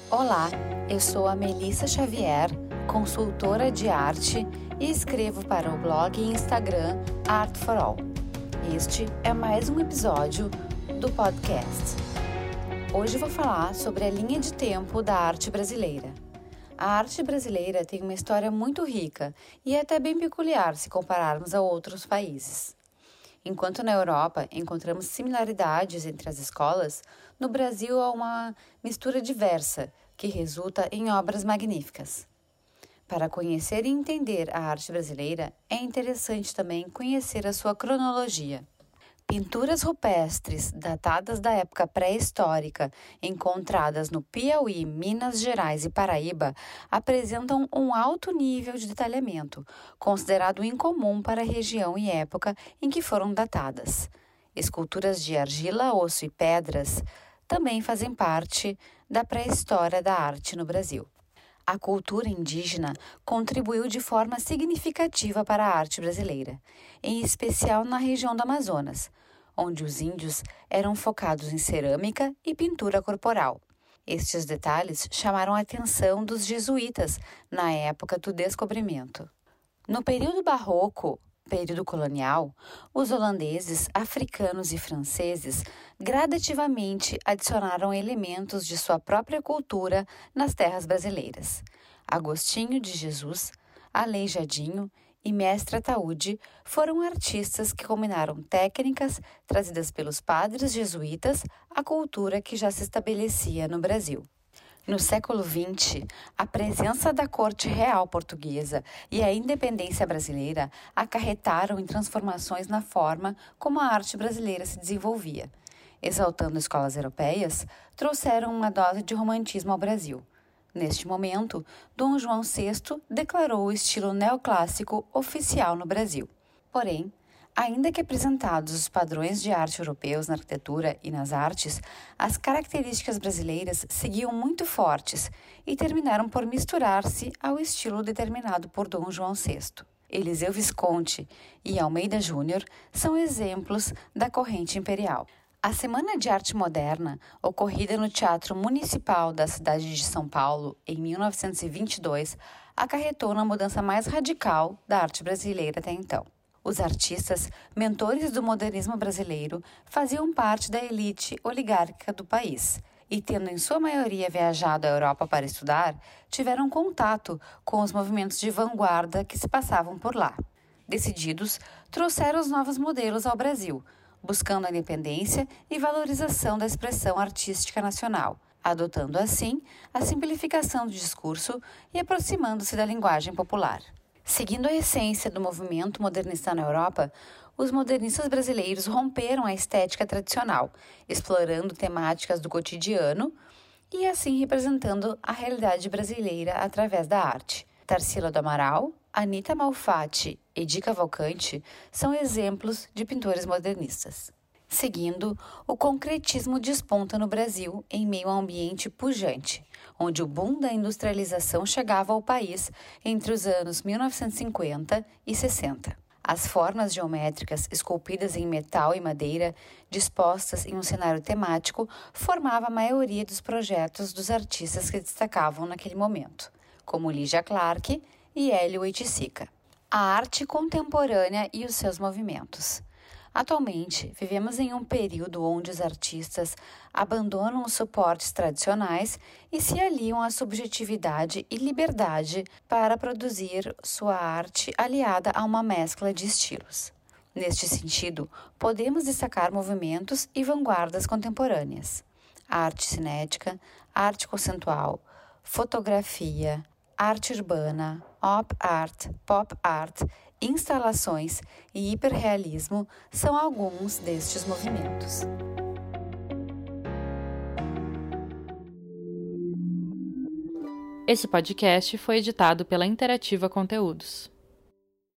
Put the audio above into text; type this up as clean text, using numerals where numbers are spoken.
Olá, eu sou a Melissa Xavier, consultora de arte e escrevo para o blog e Instagram Art for All. Este é mais um episódio do podcast. Hoje vou falar sobre a linha de tempo da arte brasileira. A arte brasileira tem uma história muito rica e é até bem peculiar se compararmos a outros países. Enquanto na Europa encontramos similaridades entre as escolas, no Brasil há uma mistura diversa que resulta em obras magníficas. Para conhecer e entender a arte brasileira, é interessante também conhecer a sua cronologia. Pinturas rupestres datadas da época pré-histórica, encontradas no Piauí, Minas Gerais e Paraíba, apresentam um alto nível de detalhamento, considerado incomum para a região e época em que foram datadas. Esculturas de argila, osso e pedras também fazem parte da pré-história da arte no Brasil. A cultura indígena contribuiu de forma significativa para a arte brasileira, em especial na região do Amazonas, onde os índios eram focados em cerâmica e pintura corporal. Estes detalhes chamaram a atenção dos jesuítas na época do descobrimento. No período barroco, período colonial, os holandeses, africanos e franceses gradativamente adicionaram elementos de sua própria cultura nas terras brasileiras. Agostinho de Jesus, Aleijadinho e Mestre Ataúde foram artistas que combinaram técnicas trazidas pelos padres jesuítas à cultura que já se estabelecia no Brasil. No século XX, a presença da corte real portuguesa e a independência brasileira acarretaram em transformações na forma como a arte brasileira se desenvolvia. Exaltando escolas europeias, trouxeram uma dose de romantismo ao Brasil. Neste momento, Dom João VI declarou o estilo neoclássico oficial no Brasil. Porém, ainda que apresentados os padrões de arte europeus na arquitetura e nas artes, as características brasileiras seguiam muito fortes e terminaram por misturar-se ao estilo determinado por Dom João VI. Eliseu Visconti e Almeida Júnior são exemplos da corrente imperial. A Semana de Arte Moderna, ocorrida no Teatro Municipal da cidade de São Paulo em 1922, acarretou na mudança mais radical da arte brasileira até então. Os artistas, mentores do modernismo brasileiro, faziam parte da elite oligárquica do país e, tendo em sua maioria viajado à Europa para estudar, tiveram contato com os movimentos de vanguarda que se passavam por lá. Decididos, trouxeram os novos modelos ao Brasil, buscando a independência e valorização da expressão artística nacional, adotando assim a simplificação do discurso e aproximando-se da linguagem popular. Seguindo a essência do movimento modernista na Europa, os modernistas brasileiros romperam a estética tradicional, explorando temáticas do cotidiano e assim representando a realidade brasileira através da arte. Tarsila do Amaral, Anita Malfatti e Di Cavalcanti são exemplos de pintores modernistas. Seguindo, o concretismo desponta no Brasil em meio a um ambiente pujante, onde o boom da industrialização chegava ao país entre os anos 1950 e 60. As formas geométricas esculpidas em metal e madeira, dispostas em um cenário temático, formava a maioria dos projetos dos artistas que destacavam naquele momento, como Lygia Clark e Hélio Oiticica. A arte contemporânea e os seus movimentos. Atualmente, vivemos em um período onde os artistas abandonam os suportes tradicionais e se aliam à subjetividade e liberdade para produzir sua arte aliada a uma mescla de estilos. Neste sentido, podemos destacar movimentos e vanguardas contemporâneas: a arte cinética, arte conceitual, fotografia, arte urbana, op art, pop art, instalações e hiperrealismo são alguns destes movimentos. Esse podcast foi editado pela Interativa Conteúdos.